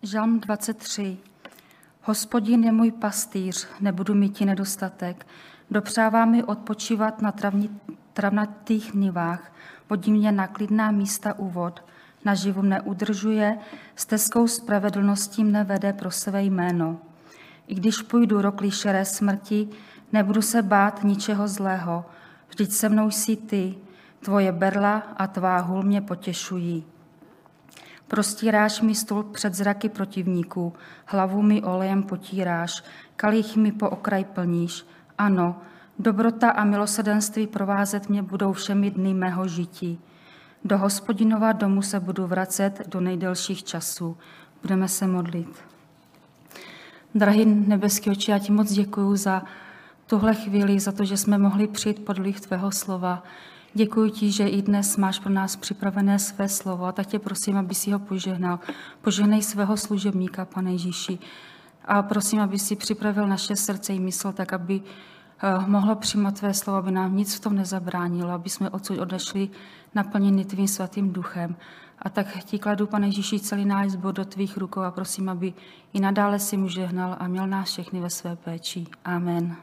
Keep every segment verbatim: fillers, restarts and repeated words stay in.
Žalm dvacet tři. Hospodin je můj pastýř, nebudu mít nedostatek. Dopřává mi odpočívat na travni, travnatých nivách, vodí mě na klidná místa u vod, naživu mne udržuje, stezkou spravedlností mne vede pro své jméno. I když půjdu roklí šeré smrti, nebudu se bát ničeho zlého, vždyť se mnou jsi ty, tvoje berla a tvá hůl mě potěšují. Prostíráš mi stůl před zraky protivníků, hlavu mi olejem potíráš, kalich mi po okraj plníš. Ano, dobrota a milosrdenství provázet mě budou všemi dny mého žití. Do Hospodinova domu se budu vracet do nejdelších časů. Budeme se modlit. Drahý nebeský Otče, já ti moc děkuju za tuhle chvíli, za to, že jsme mohli přijít pod vliv tvého slova. Děkuji ti, že i dnes máš pro nás připravené své slovo a tak tě prosím, aby si ho požehnal. Požehnej svého služebníka, Pane Ježíši. A prosím, aby si připravil naše srdce i mysl, tak aby mohlo přijímat tvé slovo, aby nám nic v tom nezabránilo, aby jsme odsud odešli naplněni tvým svatým duchem. A tak ti kladu, Pane Ježíši, celý náš sbor do tvých rukou a prosím, aby i nadále si mu žehnal a měl nás všechny ve své péči. Amen.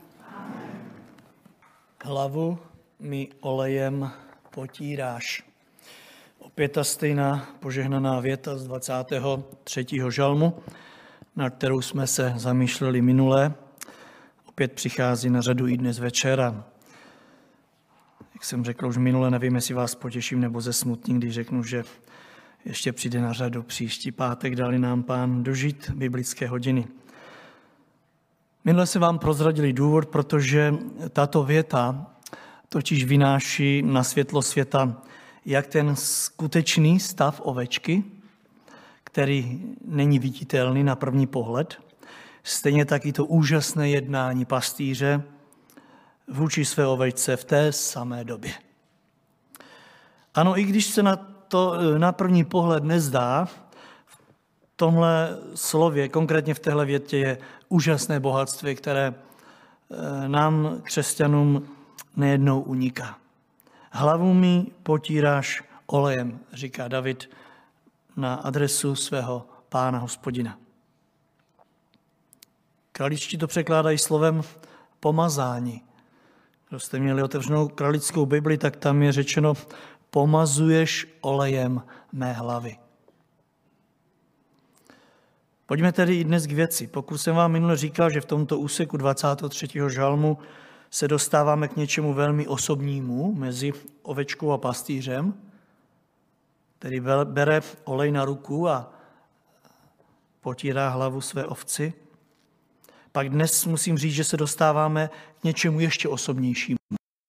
Hlavu mi olejem potíráš. Opět ta stejná požehnaná věta z dvacátého třetího žalmu, na kterou jsme se zamýšleli minule. Opět přichází na řadu i dnes večera. Jak jsem řekl už minule, nevím, jestli vás potěším nebo zesmutním, když řeknu, že ještě přijde na řadu příští pátek, dali nám Pán dožít biblické hodiny. Minule se vám prozradili důvod, protože tato věta totiž vynáší na světlo světa jak ten skutečný stav ovečky, který není viditelný na první pohled, stejně tak i to úžasné jednání pastýře vůči své ovečce v té samé době. Ano, i když se na to na první pohled nezdá, v tomhle slově, konkrétně v téhle větě, je úžasné bohatství, které nám, křesťanům, nejednou uniká. Hlavu mi potíráš olejem, říká David na adresu svého Pána Hospodina. Kraličtí to překládají slovem pomazání. Kdo jste měli otevřenou kralickou Bibli, tak tam je řečeno pomazuješ olejem mé hlavy. Pojďme tedy i dnes k věci. Pokud jsem vám minule říkal, že v tomto úseku dvacátého třetího žalmu se dostáváme k něčemu velmi osobnímu mezi ovečkou a pastýřem, který bere olej na ruku a potírá hlavu své ovci, pak dnes musím říct, že se dostáváme k něčemu ještě osobnějšímu.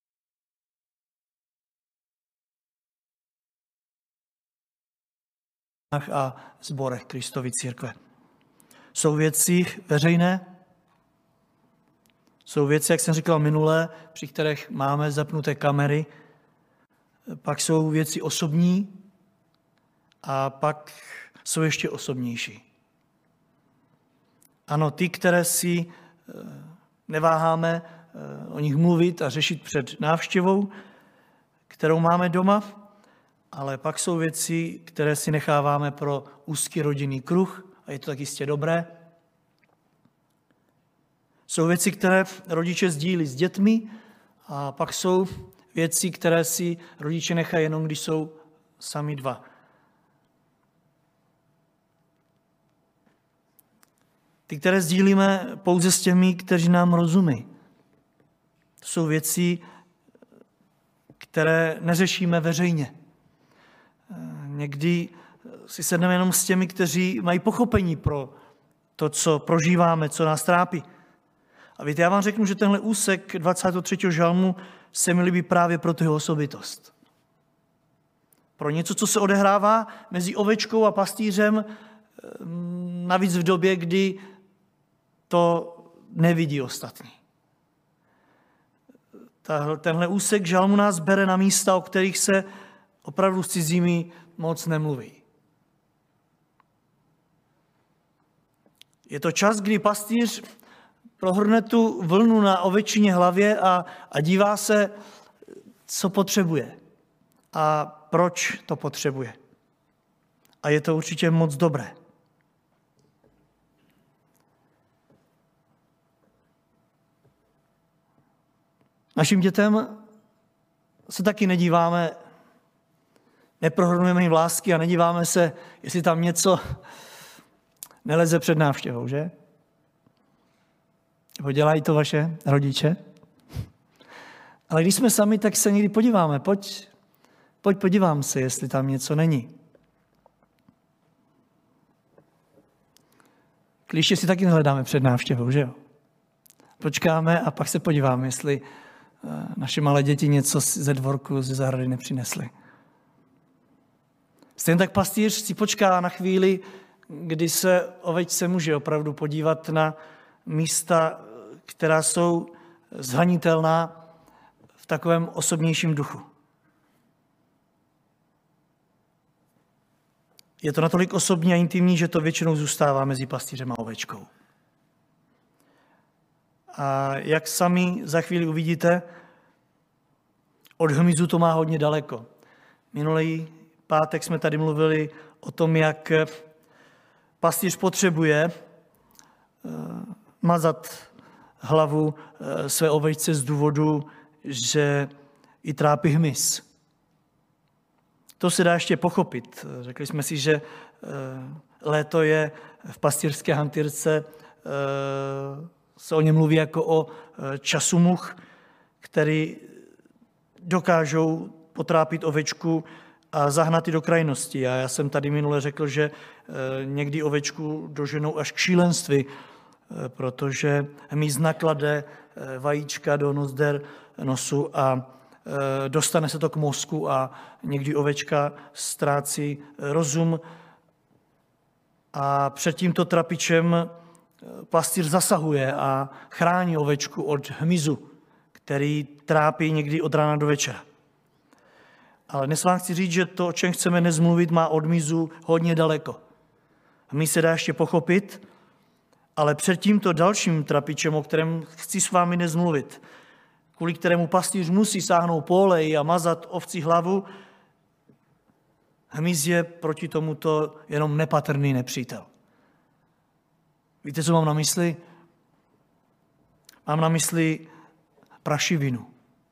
A sborech Kristovy církve. Jsou věci veřejné, jsou věci, jak jsem říkal minule, při kterých máme zapnuté kamery, pak jsou věci osobní a pak jsou ještě osobnější. Ano, ty, které si neváháme o nich mluvit a řešit před návštěvou, kterou máme doma, ale pak jsou věci, které si necháváme pro úzký rodinný kruh a je to tak jistě dobré. Jsou věci, které rodiče sdílí s dětmi a pak jsou věci, které si rodiče nechají jenom, když jsou sami dva. Ty, které sdílíme pouze s těmi, kteří nám rozumí. To jsou věci, které neřešíme veřejně. Někdy si sedneme jenom s těmi, kteří mají pochopení pro to, co prožíváme, co nás trápí. A víte, já vám řeknu, že tenhle úsek dvacátého třetího žalmu se mi líbí právě pro tu jeho osobitost. Pro něco, co se odehrává mezi ovečkou a pastýřem, navíc v době, kdy to nevidí ostatní. Tenhle úsek žalmu nás bere na místa, o kterých se opravdu s cizími moc nemluví. Je to čas, kdy pastýř prohrne tu vlnu na oveččině hlavě a, a dívá se, co potřebuje a proč to potřebuje. A je to určitě moc dobré. Našim dětem se taky nedíváme, neprohrnujeme jim lásky a nedíváme se, jestli tam něco neleze před návštěvou, že? Nebo dělají to vaše rodiče? Ale když jsme sami, tak se někdy podíváme. Pojď, pojď podívám se, jestli tam něco není. Klíště si taky nehledáme před návštěvou, že jo? Počkáme a pak se podíváme, jestli naše malé děti něco ze dvorku, ze zahrady nepřinesly. Stejně tak pastýř si počká na chvíli, kdy se ovečce může opravdu podívat na místa, která jsou zranitelná v takovém osobnějším duchu. Je to natolik osobní a intimní, že to většinou zůstává mezi pastýřem a ovečkou. A jak sami za chvíli uvidíte, od hmyzu to má hodně daleko. Minulý pátek jsme tady mluvili o tom, jak pastýř potřebuje mazat hlavu své ovečce z důvodu, že ji trápí hmyz. To se dá ještě pochopit. Řekli jsme si, že léto je v pastýřské hantýrce, se o něm mluví jako o času much, který dokážou potrápit ovečku a zahnat ji do krajnosti. A já jsem tady minule řekl, že někdy ovečku doženou až k šílenství, protože hmyz naklade vajíčka do nozder nosu a dostane se to k mozku a někdy ovečka ztrácí rozum a před tímto trapičem pastýř zasahuje a chrání ovečku od hmyzu, který trápí někdy od rána do večera. Ale dnes vám chci říct, že to, o čem chceme dnes mluvit, má od hmyzu hodně daleko. Hmyz se dá ještě pochopit, ale před tímto dalším trapičem, o kterém chci s vámi dnes mluvit, kvůli kterému pastýř musí sáhnout po oleji a mazat ovci hlavu, hmyz je proti tomuto jenom nepatrný nepřítel. Víte, co mám na mysli? Mám na mysli prašivinu.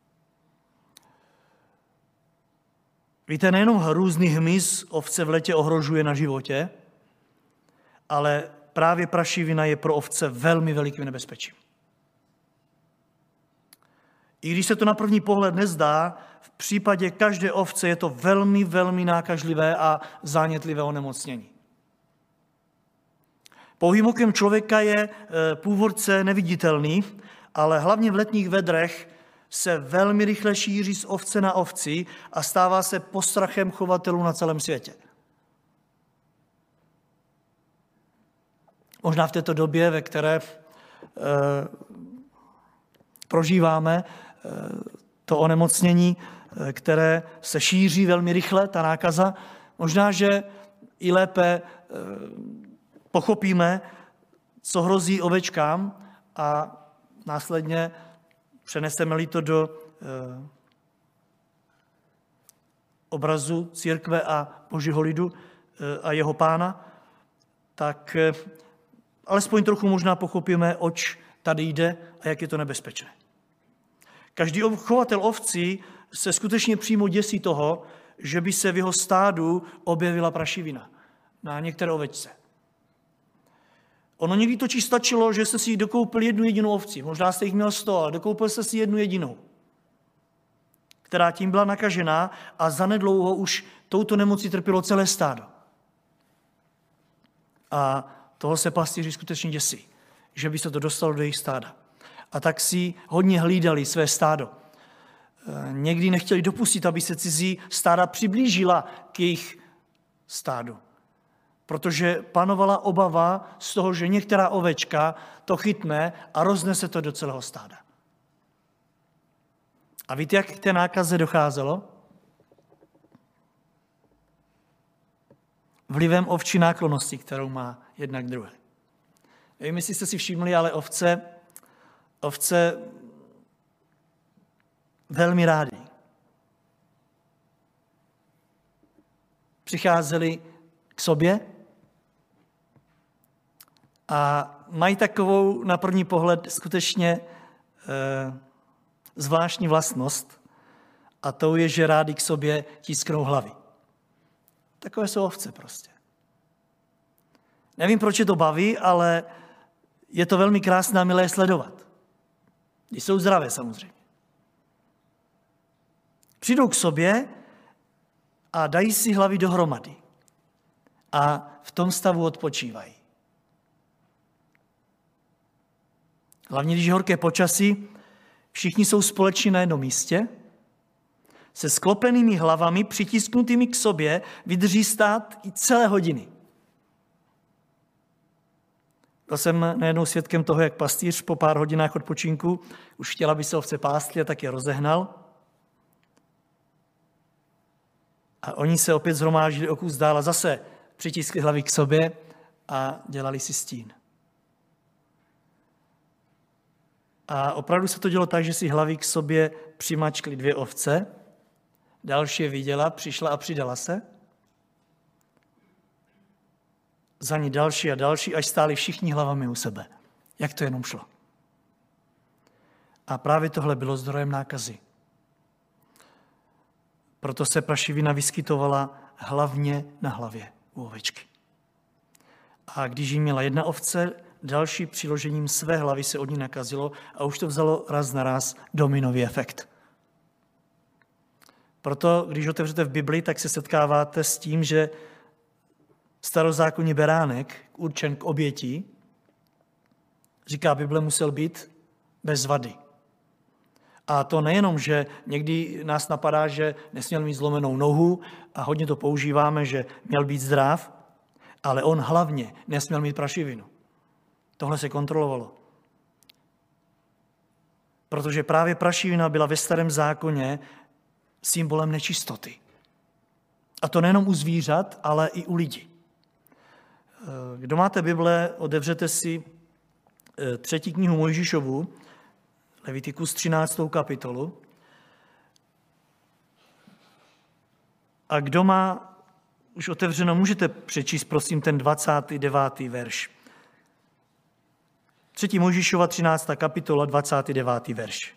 Víte, nejenom hrůzný hmyz ovce v létě ohrožuje na životě, ale právě prašivina je pro ovce velmi velikým nebezpečím. I když se to na první pohled nezdá, v případě každé ovce je to velmi, velmi nákažlivé a zánětlivé onemocnění. Pouhým okem člověka je původce neviditelný, ale hlavně v letních vedrech se velmi rychle šíří z ovce na ovci a stává se postrachem chovatelů na celém světě. Možná v této době, ve které e, prožíváme e, to onemocnění, e, které se šíří velmi rychle, ta nákaza, možná, že i lépe e, pochopíme, co hrozí ovečkám a následně přeneseme-li to do e, obrazu církve a Božího lidu e, a jeho pána, tak e, alespoň trochu možná pochopíme, oč tady jde a jak je to nebezpečné. Každý chovatel ovcí se skutečně přímo děsí toho, že by se v jeho stádu objevila prašivina na některé ovečce. Ono někdy totiž stačilo, že jste si dokoupil jednu jedinou ovci. Možná jste jich měl sto, ale dokoupil jste si jednu jedinou, která tím byla nakažená a zanedlouho už touto nemocí trpělo celé stádo. A toho se pastýři skutečně děsí, že by se to dostalo do jejich stáda. A tak si hodně hlídali své stádo. Někdy nechtěli dopustit, aby se cizí stáda přiblížila k jejich stádu. Protože panovala obava z toho, že některá ovečka to chytne a roznese to do celého stáda. A víte, jak k té nákaze docházelo? Vlivem ovčí náklonnosti, kterou má jedna k druhé. Nevím, jestli jste si všimli, ale ovce, ovce velmi rádi přicházeli k sobě a mají takovou na první pohled skutečně eh, zvláštní vlastnost a to je, že rádi k sobě tisknou hlavy. Takové jsou ovce prostě. Nevím, proč je to baví, ale je to velmi krásné a milé sledovat. Když jsou zdravé samozřejmě. Přijdou k sobě a dají si hlavy dohromady. A v tom stavu odpočívají. Hlavně, když je horké počasí, všichni jsou společně na jednom místě, se sklopenými hlavami, přitisknutými k sobě, vydrží stát i celé hodiny. Byl jsem najednou svědkem toho, jak pastýř po pár hodinách odpočinku už chtěl, aby se ovce pástly a tak je rozehnal. A oni se opět zhromáždili o kus dál a zase přitiskli hlavy k sobě a dělali si stín. A opravdu se to dělo tak, že si hlavy k sobě přimačkly dvě ovce, další je viděla, přišla a přidala se. Za ní další a další, až stáli všichni hlavami u sebe. Jak to jenom šlo. A právě tohle bylo zdrojem nákazy. Proto se prašivina vyskytovala hlavně na hlavě u ovečky. A když jí měla jedna ovce, další přiložením své hlavy se od ní nakazilo a už to vzalo raz na raz dominový efekt. Proto, když otevřete v Bibli, tak se setkáváte s tím, že starozákonní beránek, určen k oběti, říká Bible, musel být bez vady. A to nejenom, že někdy nás napadá, že nesměl mít zlomenou nohu a hodně to používáme, že měl být zdrav, ale on hlavně nesměl mít prašivinu. Tohle se kontrolovalo. Protože právě prašivina byla ve starém zákoně symbolem nečistoty. A to nejenom u zvířat, ale i u lidí. Kdo máte Bible, otevřete si třetí knihu Mojžíšovu, Levitikus třináctou kapitolu. A kdo má už otevřeno, můžete přečíst, prosím, ten dvacátý devátý verš. Třetí Mojžíšova třináctá kapitola, dvacátý devátý verš.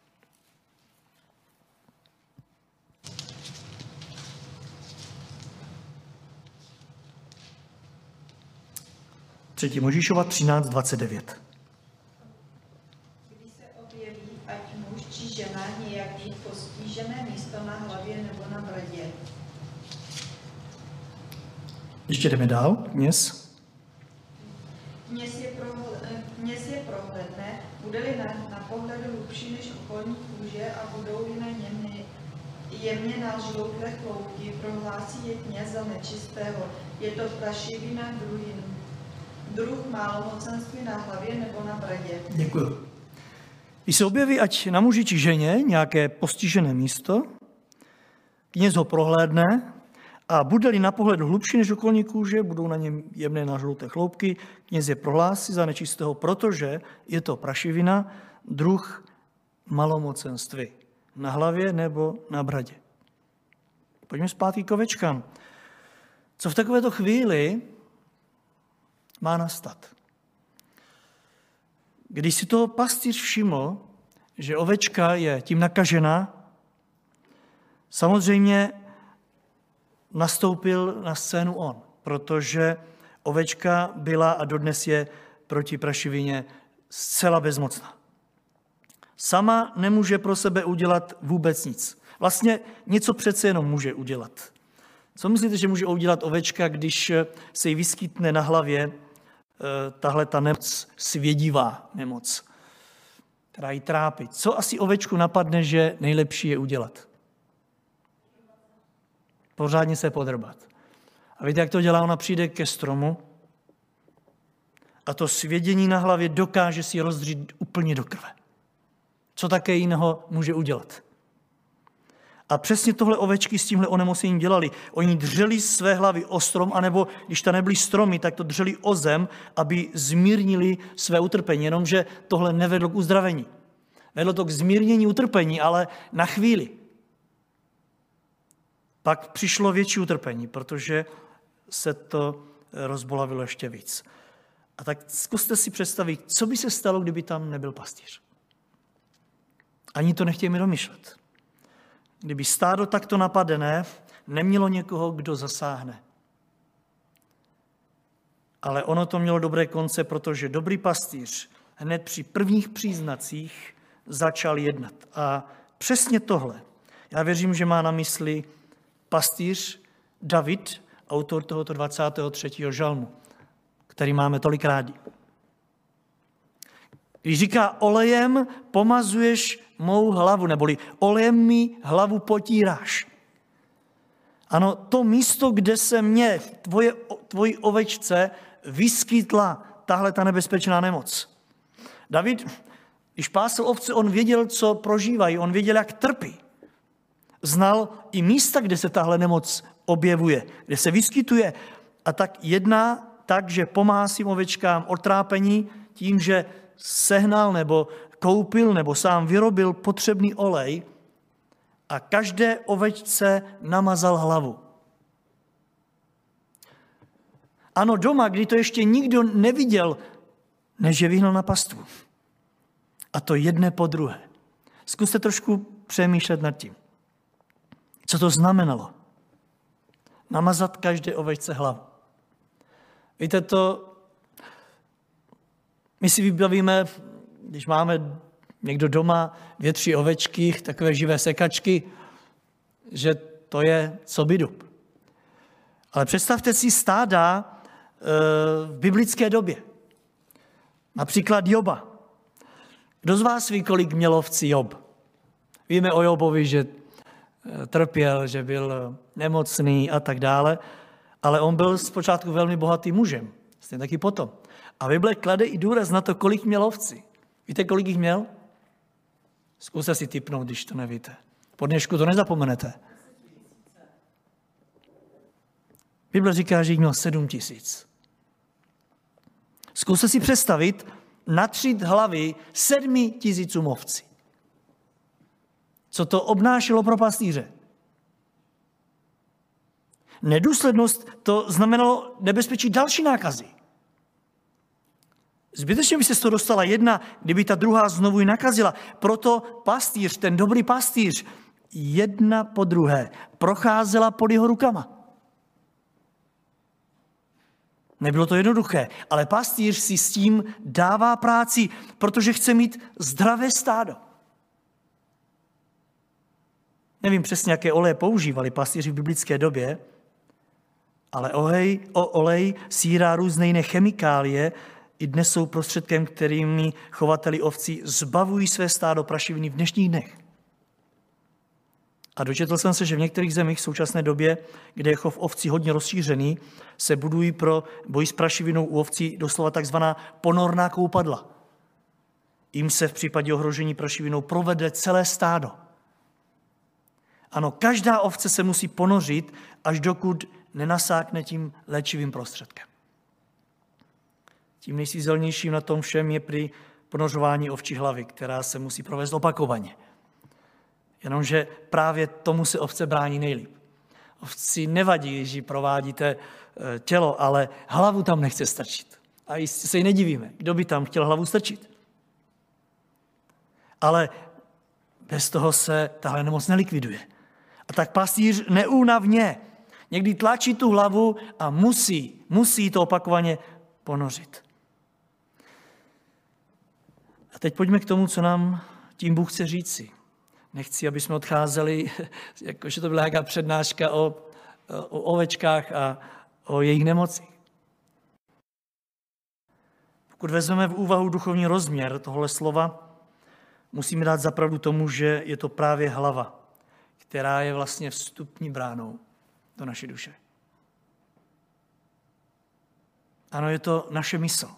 Třetí Mojžíšova třináct dvacet devět. Když se objeví, ať muž či žena nějak mít postižené místo na hlavě nebo na bradě. Ještě jdeme dál, kněz. Kněz je, prohl- kněz je prohlédne, bude-li na, na pohled hlubší než okolní kůže a budou-li na něm ne- jemně nažloutlé chloupky, prohlásí je kněz za nečistého. Je to prašivina druhý. Druh málomocenství na hlavě nebo na bradě. Děkuji. Když se objeví, ať na muži či ženě nějaké postižené místo, kněz ho prohlédne a bude-li na pohled hlubší než okolní kůže, budou na něm jemné nažlouté chloupky, kněz je prohlásí za nečistého, protože je to prašivina, druh malomocenství na hlavě nebo na bradě. Pojďme zpátky k ovečkám. Co v takovéto chvíli má nastat? Když si toho pastýř všiml, že ovečka je tím nakažena, samozřejmě nastoupil na scénu on, protože ovečka byla a dodnes je proti prašivině zcela bezmocná. Sama nemůže pro sebe udělat vůbec nic. Vlastně něco přece jenom může udělat. Co myslíte, že může udělat ovečka, když se jí vyskytne na hlavě tahle ta nemoc, svědivá nemoc, která jí trápí? Co asi ovečku napadne, že nejlepší je udělat? Pořádně se podrbat. A víte, jak to dělá? Ona přijde ke stromu a to svědění na hlavě dokáže si rozdřít úplně do krve. Co také jiného může udělat? A přesně tohle ovečky s tímhle onemocněním dělali. Oni dřeli své hlavy o strom, anebo když to nebyly stromy, tak to dřeli o zem, aby zmírnili své utrpení. Jenomže tohle nevedlo k uzdravení. Vedlo to k zmírnění utrpení, ale na chvíli. Pak přišlo větší utrpení, protože se to rozbolavilo ještě víc. A tak zkuste si představit, co by se stalo, kdyby tam nebyl pastýř. Ani to nechtějme domýšlet. Kdyby stádo takto napadené nemělo někoho, kdo zasáhne. Ale ono to mělo dobré konce, protože dobrý pastýř hned při prvních příznacích začal jednat. A přesně tohle, já věřím, že má na mysli pastýř David, autor tohoto dvacátého třetího žalmu, který máme tolik rádi. Když říká, olejem pomazuješ mou hlavu, neboli olejem mi hlavu potíráš. Ano, to místo, kde se mě, tvoje, tvoji ovečce, vyskytla tahle ta nebezpečná nemoc. David, když pásl ovce, on věděl, co prožívají, on věděl, jak trpí. Znal i místa, kde se tahle nemoc objevuje, kde se vyskytuje, a tak jedná tak, že pomáhá svým ovečkám od trápení tím, že sehnal nebo koupil nebo sám vyrobil potřebný olej a každé ovečce namazal hlavu. Ano, doma, kdy to ještě nikdo neviděl, než je vyhnal na pastvu. A to jedné po druhé. Zkuste trošku přemýšlet nad tím. Co to znamenalo? Namazat každé ovečce hlavu. Víte to, my si vybavíme, když máme někdo doma dvě, tři ovečky, takové živé sekačky, že to je co by dub. Ale představte si stáda v biblické době. Například Joba. Kdo z vás ví, kolik měl ovcí Job? Víme o Jobovi, že trpěl, že byl nemocný a tak dále, ale on byl zpočátku velmi bohatým mužem. Stejně taky potom. A Bible klade i důraz na to, kolik měl ovcí. Víte, kolik jich měl? Zkuste si tipnout, když to nevíte. Po dnešku to nezapomenete. Bible říká, že jich měl sedm tisíc. Zkuste si představit, natřít hlavy sedmi tisícům ovcí. Co to obnášelo pro pastýře? Nedůslednost to znamenalo nebezpečí další nákazy. Zbytečně by se z toho dostala jedna, kdyby ta druhá znovu ji nakazila. Proto pastýř, ten dobrý pastýř, jedna po druhé procházela pod jeho rukama. Nebylo to jednoduché, ale pastýř si s tím dává práci, protože chce mít zdravé stádo. Nevím přesně, jaké oleje používali pastýři v biblické době, ale olej, o olej, síra, různé jiné chemikálie i dnes jsou prostředkem, kterými chovateli ovcí zbavují své stádo prašiviny v dnešních dnech. A dočetl jsem se, že v některých zemích v současné době, kde je chov ovcí hodně rozšířený, se budují pro boj s prašivinou u ovcí doslova takzvaná ponorná koupadla. Jim se v případě ohrožení prašivinou provede celé stádo. Ano, každá ovce se musí ponořit, až dokud nenasákne tím léčivým prostředkem. Tím nejsvízelnějším na tom všem je při ponořování ovčí hlavy, která se musí provést opakovaně. Jenomže právě tomu se ovce brání nejlíp. Ovci nevadí, když ji provádíte tělo, ale hlavu tam nechce strčit. A jistě se jí nedivíme, kdo by tam chtěl hlavu strčit. Ale bez toho se tahle nemoc nelikviduje. A tak pastýř neúnavně někdy tlačí tu hlavu a musí, musí to opakovaně ponořit. A teď pojďme k tomu, co nám tím Bůh chce říci. Nechci, aby jsme odcházeli, jakože to byla nějaká přednáška o, o ovečkách a o jejich nemoci. Pokud vezmeme v úvahu duchovní rozměr tohle slova, musíme dát zapravdu tomu, že je to právě hlava, která je vlastně vstupní bránou do naší duše. Ano, je to naše mysl.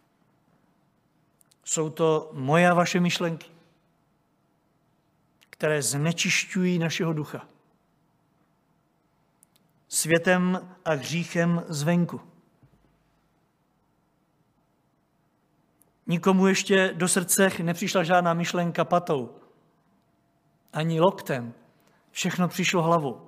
Jsou to moje a vaše myšlenky, které znečišťují našeho ducha. Světem a hříchem zvenku. Nikomu ještě do srdce nepřišla žádná myšlenka patou, ani loktem. Všechno přišlo hlavou.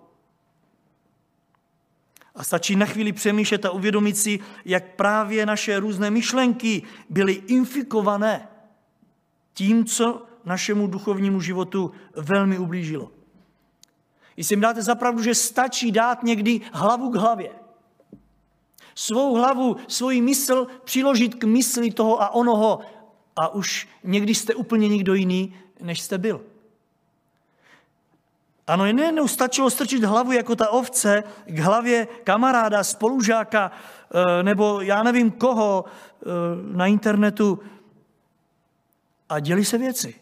A stačí na chvíli přemýšlet a uvědomit si, jak právě naše různé myšlenky byly infikované tím, co našemu duchovnímu životu velmi ublížilo. Jestli jim dáte zapravdu, že stačí dát někdy hlavu k hlavě. Svou hlavu, svoji mysl přiložit k mysli toho a onoho a už někdy jste úplně někdo jiný, než jste byl. Ano, jen nejednou stačilo strčit hlavu jako ta ovce k hlavě kamaráda, spolužáka nebo já nevím koho na internetu a děli se věci.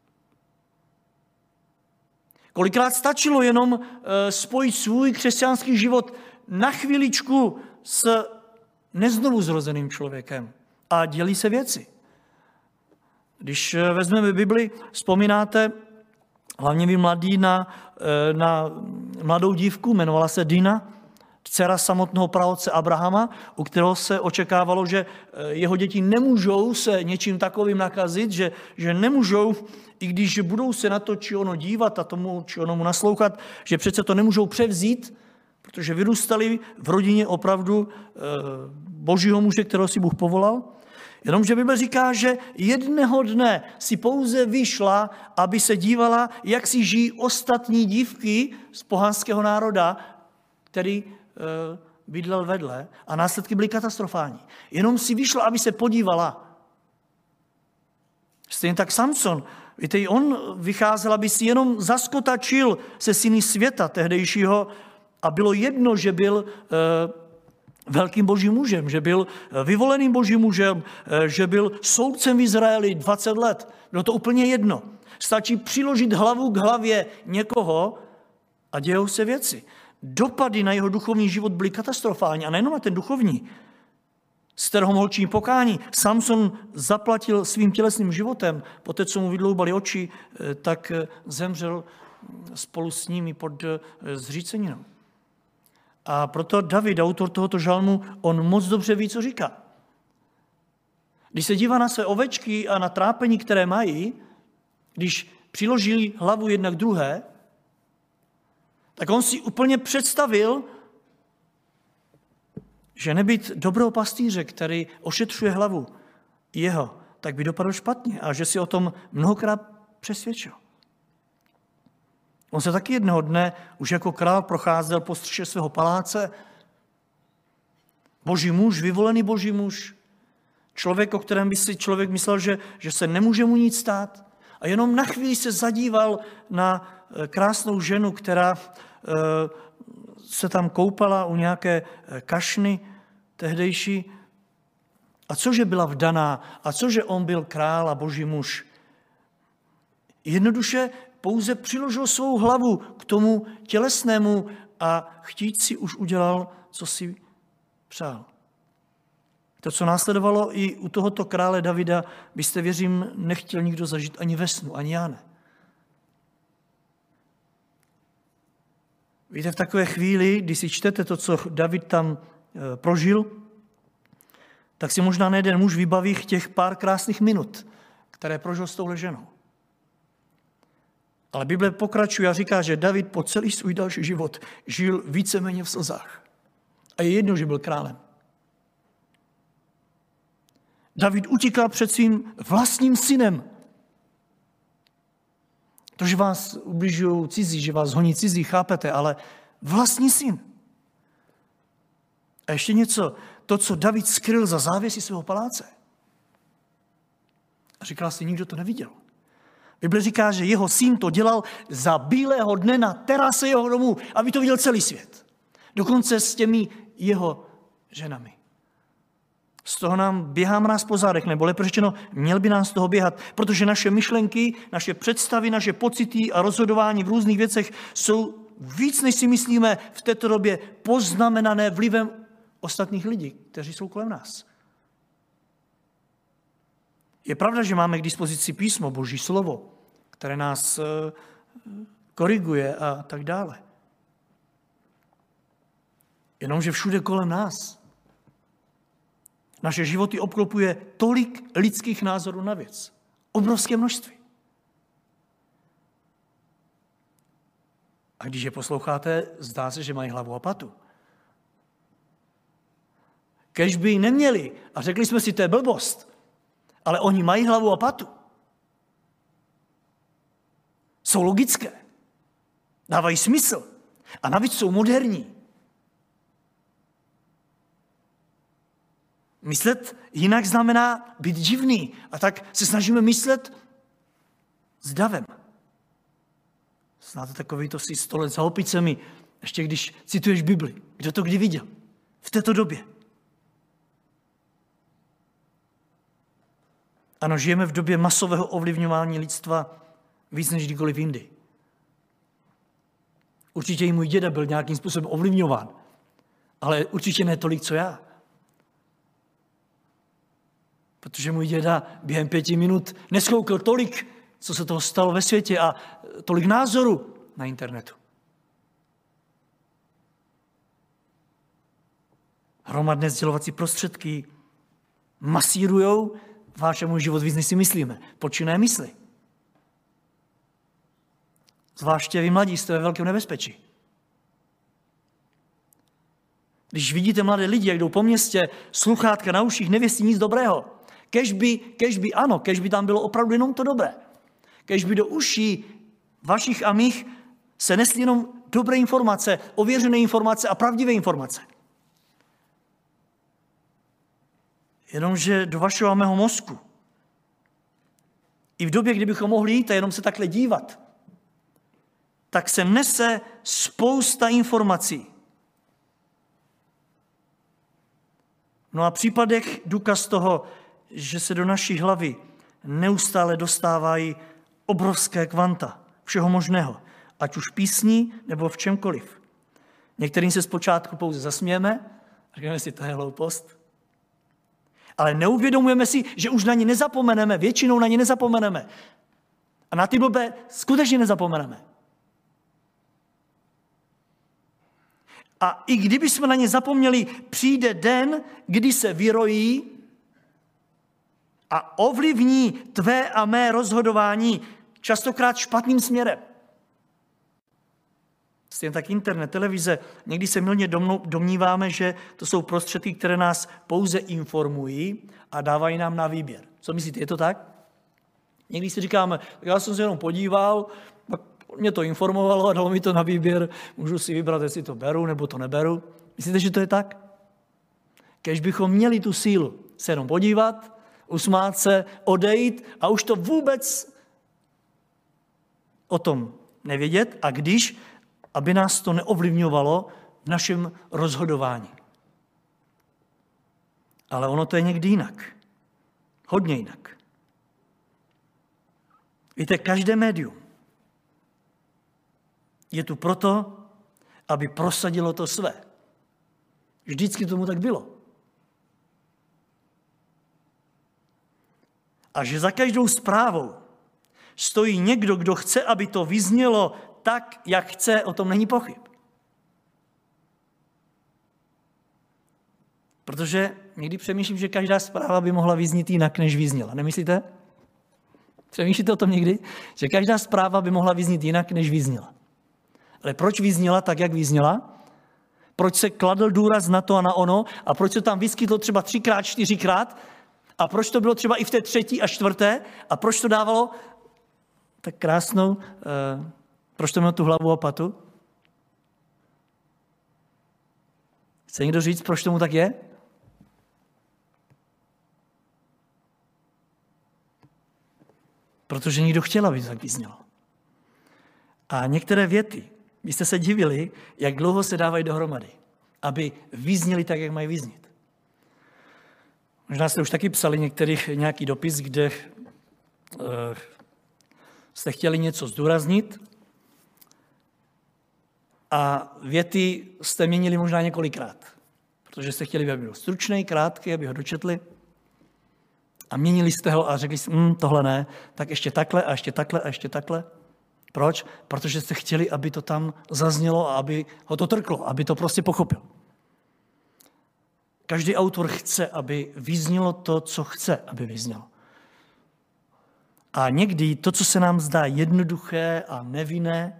Kolikrát stačilo jenom spojit svůj křesťanský život na chviličku s neznovu zrozeným člověkem a dělí se věci. Když vezmeme Bibli, vzpomínáte, hlavně vy mladí, na, na mladou dívku, jmenovala se Dina, dcera samotného praotce Abrahama, u kterého se očekávalo, že jeho děti nemůžou se něčím takovým nakazit, že, že nemůžou, i když budou se na to či ono dívat a tomu či onomu naslouchat, že přece to nemůžou převzít, protože vyrůstali v rodině opravdu e, božího muže, kterého si Bůh povolal. Jenomže Bible říká, že jednoho dne si pouze vyšla, aby se dívala, jak si žijí ostatní dívky z pohanského národa, který e, bydlel vedle, a následky byly katastrofální. Jenom si vyšla, aby se podívala. Stejně tak Samson. Víte, on vycházel, aby si jenom zaskotačil se syny světa tehdejšího a bylo jedno, že byl e, velkým božím mužem, že byl vyvoleným božím mužem, že byl soudcem v Izraeli dvacet let. Bylo to úplně jedno. Stačí přiložit hlavu k hlavě někoho a dějou se věci. Dopady na jeho duchovní život byly katastrofální a nejenom na ten duchovní, z kterého mohl činit pokání. Samson zaplatil svým tělesným životem, poté co mu vydloubali oči, tak zemřel spolu s nimi pod zříceninou. A proto David, autor tohoto žalmu, on moc dobře ví, co říká. Když se dívá na své ovečky a na trápení, které mají, když přiložili hlavu jedna k druhé, tak on si úplně představil, že nebýt dobrého pastýře, který ošetřuje hlavu jeho, tak by dopadl špatně a že si o tom mnohokrát přesvědčil. On se taky jednoho dne už jako král procházel po střeše svého paláce. Boží muž, vyvolený boží muž, člověk, o kterém by si člověk myslel, že, že se nemůže mu nic stát. A jenom na chvíli se zadíval na krásnou ženu, která se tam koupala u nějaké kašny tehdejší. A cože byla vdaná? A cože on byl král a boží muž? Jednoduše pouze přiložil svou hlavu k tomu tělesnému a chtít si už udělal, co si přál. To, co následovalo i u tohoto krále Davida, byste, věřím, nechtěl nikdo zažít ani ve snu, ani já ne. Víte, v takové chvíli, když si čtete to, co David tam e, prožil, tak si možná nejeden muž vybaví těch pár krásných minut, které prožil s touhle ženou. Ale Bible pokračuje a říká, že David po celý svůj další život žil víceméně v slzách. A je jedno, že byl králem. David utíkal před svým vlastním synem. To, že vás ubližují cizí, že vás honí cizí, chápete, ale vlastní syn. A ještě něco, to, co David skryl za závěsy svého paláce. A říkal si, nikdo to neviděl. Bible říká, že jeho syn to dělal za bílého dne na terase jeho domu, aby to viděl celý svět. Dokonce s těmi jeho ženami. Z toho nám běhá mráz po zádech, nebo lépe řečeno, měl by nám z toho běhat, protože naše myšlenky, naše představy, naše pocity a rozhodování v různých věcech jsou víc, než si myslíme, v této době poznamenané vlivem ostatních lidí, kteří jsou kolem nás. Je pravda, že máme k dispozici písmo, Boží slovo, které nás koriguje a tak dále. Jenomže všude kolem nás naše životy obklopuje tolik lidských názorů na věc. Obrovské množství. A když je posloucháte, zdá se, že mají hlavu a patu. Kež by ji neměli a řekli jsme si, to je blbost, ale oni mají hlavu a patu. jsou logické. Dávají smysl. A navíc jsou moderní. Myslet jinak znamená být divný. A tak se snažíme myslet s davem. Znáte takovýto si stolec za opicemi, ještě když cituješ Bibli. Kdo to kdy viděl? V této době. Ano, žijeme v době masového ovlivňování lidstva víc než kdykoliv jindy. Určitě i můj děda byl nějakým způsobem ovlivňován, ale určitě ne tolik, co já. Protože můj děda během pěti minut neskoukl tolik, co se toho stalo ve světě a tolik názorů na internetu. Hromadné sdělovací prostředky masírujou váš a můj život víc, než si myslíme. Počínaje mysli. Zvláště vy mladí jste ve velkém nebezpečí. Když vidíte mladé lidi, jak jdou po městě, sluchátka na uších, nevěstí nic dobrého. Kež by, kež by ano, kež by tam bylo opravdu jenom to dobré. Kež by do uší vašich a mých se nesly jenom dobré informace, ověřené informace a pravdivé informace. Jenomže do vašeho a mého mozku, i v době, kdybychom mohli jít a jenom se takhle dívat, tak se nese spousta informací. No a případech důkaz toho, že se do naší hlavy neustále dostávají obrovské kvanta všeho možného, ať už písní nebo v čemkoliv. Některým se zpočátku pouze zasmějeme, řekneme si, to je hloupost, ale neuvědomujeme si, že už na ně nezapomeneme, většinou na ně nezapomeneme. A na ty blbé skutečně nezapomeneme. A i kdyby jsme na ně zapomněli, přijde den, kdy se vyrojí a ovlivní tvé a mé rozhodování častokrát špatným směrem. Stejně tak internet, televize. Někdy se mylně domníváme, že to jsou prostředky, které nás pouze informují a dávají nám na výběr. Co myslíte, je to tak? Někdy si říkáme, já jsem se jenom podíval, mě to informovalo a dalo mi to na výběr, můžu si vybrat, jestli to beru nebo to neberu. Myslíte, že to je tak? Kéž bychom měli tu sílu se jenom podívat, usmát se, odejít a už to vůbec o tom nevědět, a když, aby nás to neovlivňovalo v našem rozhodování. Ale ono to je někdy jinak. Hodně jinak. Víte, každé médium je tu proto, aby prosadilo to své. Vždycky tomu tak bylo. A že za každou zprávou stojí někdo, kdo chce, aby to vyznělo tak, jak chce, o tom není pochyb. Protože někdy přemýšlím, že každá zpráva by mohla vyznít jinak, než vyzněla. Nemyslíte? Přemýšlíte o tom někdy? Že každá zpráva by mohla vyznít jinak, než vyzněla. Ale proč vyzněla tak, jak vyzněla? Proč se kladl důraz na to a na ono? A proč se tam vyskytlo třeba třikrát, čtyřikrát? A proč to bylo třeba i v té třetí a čtvrté? A proč to dávalo tak krásnou, eh, proč to mělo tu hlavu a patu? Chce někdo říct, proč tomu tak je? Protože někdo chtěl, aby to tak vyznělo. A některé věty, byste se divili, jak dlouho se dávají dohromady, aby vyzněly tak, jak mají vyznít. Možná jste už taky psali některých nějaký dopis, kde uh, jste chtěli něco zdůraznit a věty jste měnili možná několikrát, protože jste chtěli, aby byl stručný, krátký, aby ho dočetli a měnili jste ho a řekli jste, hm, tohle ne, tak ještě takhle a ještě takhle a ještě takhle. Proč? Protože jste chtěli, aby to tam zaznělo a aby ho to trklo, aby to prostě pochopil. Každý autor chce, aby vyznělo to, co chce, aby vyznělo. A někdy to, co se nám zdá jednoduché a nevinné,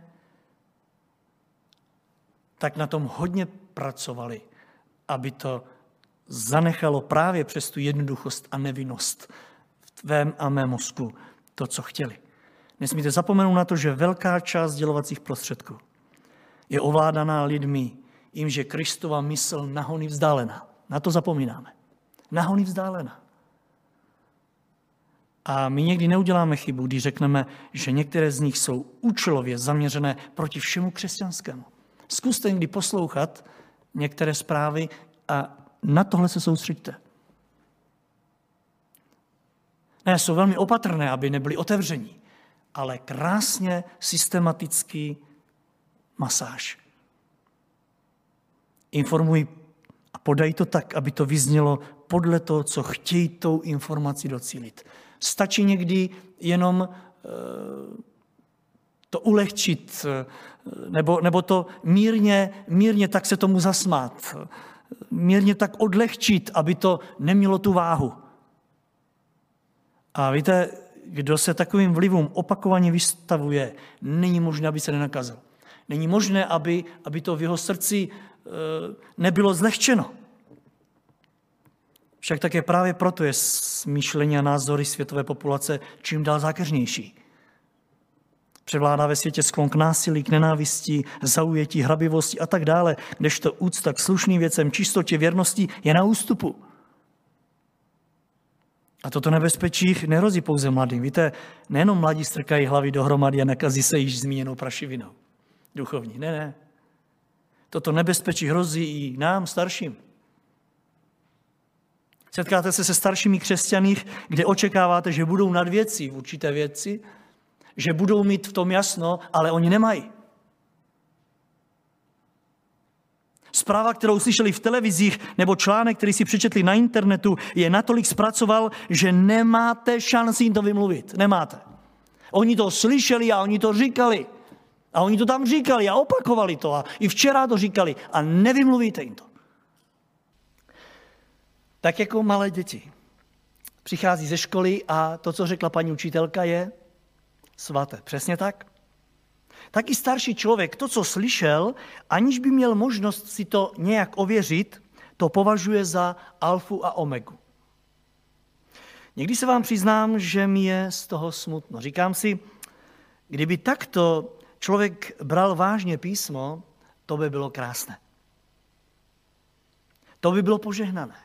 tak na tom hodně pracovali, aby to zanechalo právě přes tu jednoduchost a nevinnost v tvém a mém mozku to, co chtěli. Nesmíte zapomenout na to, že velká část sdělovacích prostředků je ovládaná lidmi, jim, že Kristova mysl nahony vzdálená. Na to zapomínáme. Nahony vzdálená. A my někdy neuděláme chybu, když řekneme, že některé z nich jsou účelově zaměřené proti všemu křesťanskému. Zkuste někdy poslouchat některé zprávy a na tohle se soustřeďte. Ne, jsou velmi opatrné, aby nebyly otevření, ale krásně, systematicky masáž. Informují a podají to tak, aby to vyznělo podle toho, co chtějí tou informací docílit. Stačí někdy jenom e, to ulehčit, e, nebo, nebo to mírně, mírně tak se tomu zasmát, mírně tak odlehčit, aby to nemělo tu váhu. A víte, kdo se takovým vlivům opakovaně vystavuje, není možné, aby se nenakazil. Není možné, aby, aby to v jeho srdci e, nebylo zlehčeno. Však také právě proto je smýšlení a názory světové populace čím dál zákeřnější. Převládá ve světě sklon k násilí, k nenávisti, zaujetí, hrabivosti a tak dále, kdežto úcta k slušným věcem, čistotě, věrnosti je na ústupu. A toto nebezpečí nehrozí pouze mladým. Víte, nejenom mladí strkají hlavy dohromady a nakazí se již zmíněnou prašivinou. Duchovní, ne, ne. Toto nebezpečí hrozí i nám, starším. Setkáte se se staršími křesťany, kde očekáváte, že budou nad věcí v určité věci, že budou mít v tom jasno, ale oni nemají. Zpráva, kterou slyšeli v televizích, nebo článek, který si přečetli na internetu, je natolik zpracoval, že nemáte šanci jim to vymluvit. Nemáte. Oni to slyšeli a oni to říkali. A oni to tam říkali a opakovali to. A i včera to říkali. A nevymluvíte jim to. Tak jako malé děti. Přichází ze školy a to, co řekla paní učitelka, je svaté. Přesně tak. Taky starší člověk to, co slyšel, aniž by měl možnost si to nějak ověřit, to považuje za alfu a omegu. Někdy se vám přiznám, že mi je z toho smutno. Říkám si, kdyby takto člověk bral vážně písmo, to by bylo krásné. To by bylo požehnané.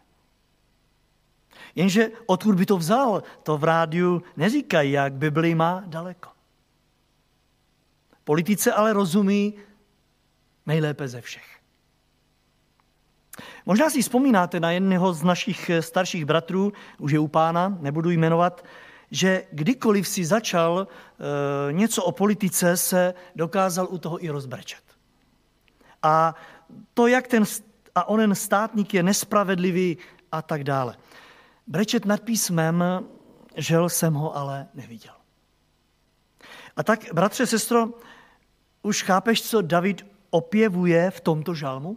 Jenže odkud by to vzal, to v rádiu neříkají, jak Bibli má daleko. Politice ale rozumí nejlépe ze všech. Možná si vzpomínáte na jednoho z našich starších bratrů, už je u Pána, nebudu jmenovat, že kdykoliv si začal e, něco o politice, se dokázal u toho i rozbrečet. A to, jak ten a onen státník je nespravedlivý a tak dále. Brečet nad písmem, žel jsem ho ale neviděl. A tak, bratře, sestro, už chápeš, co David opěvuje v tomto žalmu?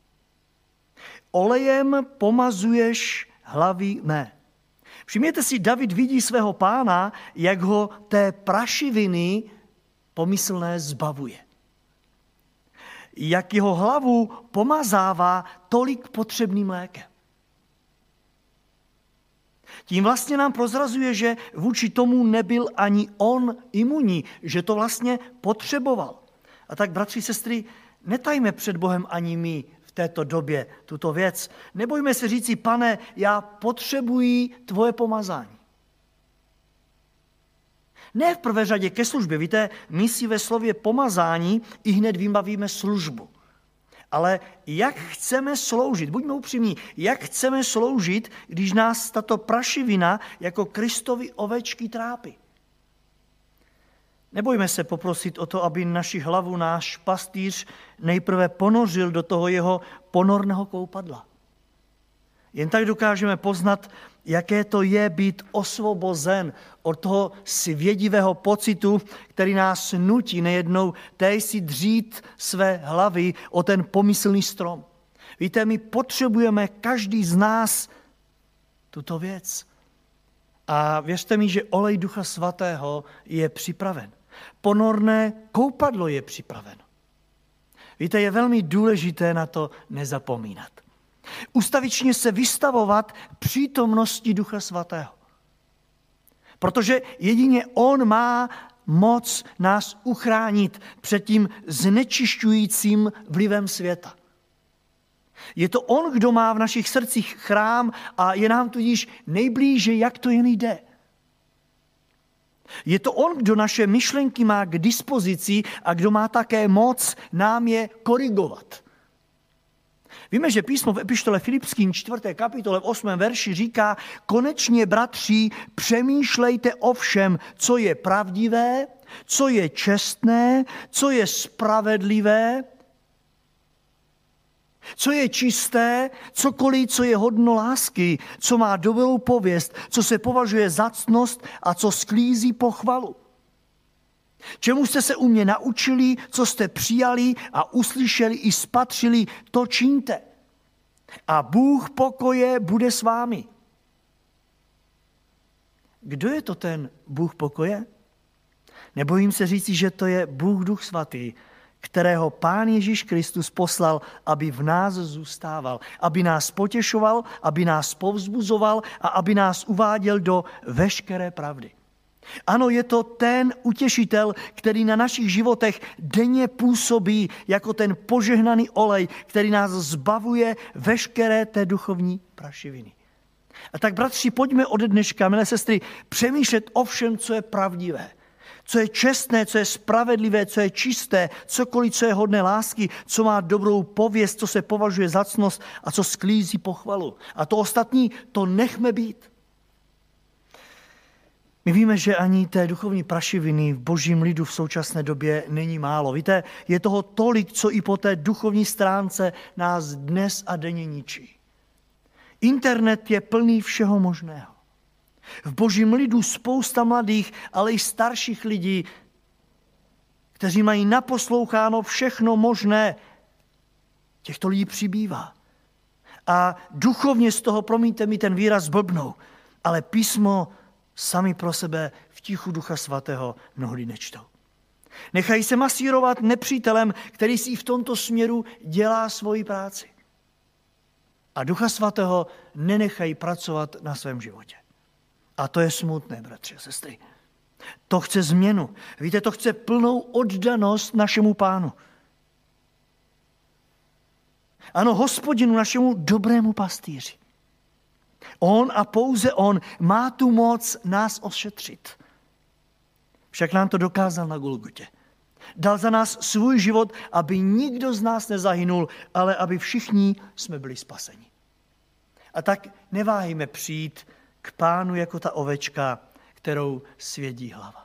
Olejem pomazuješ hlavy mé. Všimněte si, David vidí svého Pána, jak ho té prašiviny pomyslné zbavuje. Jak jeho hlavu pomazává tolik potřebným lékem. Tím vlastně nám prozrazuje, že vůči tomu nebyl ani on imunní, že to vlastně potřeboval. A tak, bratři, sestry, netajme před Bohem ani my v této době tuto věc. Nebojme se říci, Pane, já potřebuji tvoje pomazání. Ne v prvé řadě ke službě. Víte, my si ve slově pomazání i hned vybavíme službu. Ale jak chceme sloužit, buďme upřímní, jak chceme sloužit, když nás tato prašivina jako Kristovi ovečky trápí? Nebojme se poprosit o to, aby naši hlavu náš pastýř nejprve ponořil do toho jeho ponorného koupadla. Jen tak dokážeme poznat, jaké to je být osvobozen od toho svědivého pocitu, který nás nutí nejednou též si dřít své hlavy o ten pomyslný strom. Víte, my potřebujeme každý z nás tuto věc. A věřte mi, že olej Ducha Svatého je připraven. Ponorné koupadlo je připraveno. Víte, je velmi důležité na to nezapomínat. Ustavičně se vystavovat přítomnosti Ducha Svatého. Protože jedině on má moc nás uchránit před tím znečišťujícím vlivem světa. Je to on, kdo má v našich srdcích chrám a je nám tudíž nejblíže, jak to jen jde. Je to on, kdo naše myšlenky má k dispozici a kdo má také moc nám je korigovat. Víme, že písmo v epištole Filipským čtvrté kapitole v osmém verši říká: konečně, bratři, přemýšlejte o všem, co je pravdivé, co je čestné, co je spravedlivé, co je čisté, cokoliv, co je hodno lásky, co má dobrou pověst, co se považuje za ctnost a co sklízí pochvalu. Čemu jste se u mě naučili, co jste přijali a uslyšeli i spatřili, to čiňte. A Bůh pokoje bude s vámi. Kdo je to ten Bůh pokoje? Nebojím se říci, že to je Bůh Duch Svatý, kterého Pán Ježíš Kristus poslal, aby v nás zůstával, aby nás potěšoval, aby nás povzbuzoval a aby nás uváděl do veškeré pravdy. Ano, je to ten utěšitel, který na našich životech denně působí jako ten požehnaný olej, který nás zbavuje veškeré té duchovní prašiviny. A tak, bratři, pojďme ode dneška, milé sestry, přemýšlet o všem, co je pravdivé, co je čestné, co je spravedlivé, co je čisté, cokoliv, co je hodné lásky, co má dobrou pověst, co se považuje za ctnost a co sklízí pochvalu. A to ostatní, to nechme být. My víme, že ani té duchovní prašiviny v božím lidu v současné době není málo. Víte, je toho tolik, co i po té duchovní stránce nás dnes a denně ničí. Internet je plný všeho možného. V božím lidu spousta mladých, ale i starších lidí, kteří mají naposloucháno všechno možné. Těchto lidí přibývá. A duchovně z toho, promiňte mi ten výraz, blbnou. Ale písmo sami pro sebe v tichu Ducha Svatého mnohdy nečtou. Nechají se masírovat nepřítelem, který si v tomto směru dělá svoji práci. A Ducha Svatého nenechají pracovat na svém životě. A to je smutné, bratři a sestry. To chce změnu. Víte, to chce plnou oddanost našemu Pánu. Ano, Hospodinu, našemu dobrému pastýři. On a pouze on má tu moc nás ošetřit. Však nám to dokázal na Golgotě. Dal za nás svůj život, aby nikdo z nás nezahynul, ale aby všichni jsme byli spaseni. A tak neváhejme přijít k Pánu jako ta ovečka, kterou svědí hlava.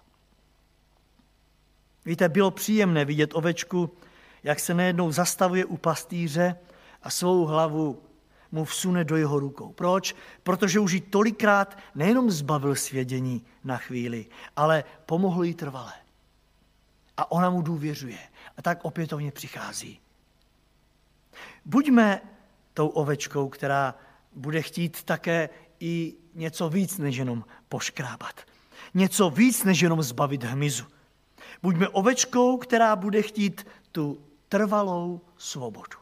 Víte, bylo příjemné vidět ovečku, jak se nejednou zastavuje u pastýře a svou hlavu mu vsune do jeho rukou. Proč? Protože už ji tolikrát nejenom zbavil svědění na chvíli, ale pomohl jí trvale. A ona mu důvěřuje. A tak opětovně přichází. Buďme tou ovečkou, která bude chtít také i něco víc, než jenom poškrábat. Něco víc, než jenom zbavit hmyzu. Buďme ovečkou, která bude chtít tu trvalou svobodu.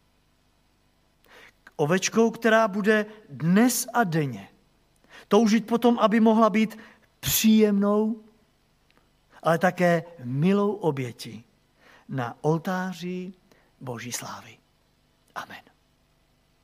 Ovečkou, která bude dnes a denně toužit potom, aby mohla být příjemnou, ale také milou obětí na oltáři Boží slávy. Amen.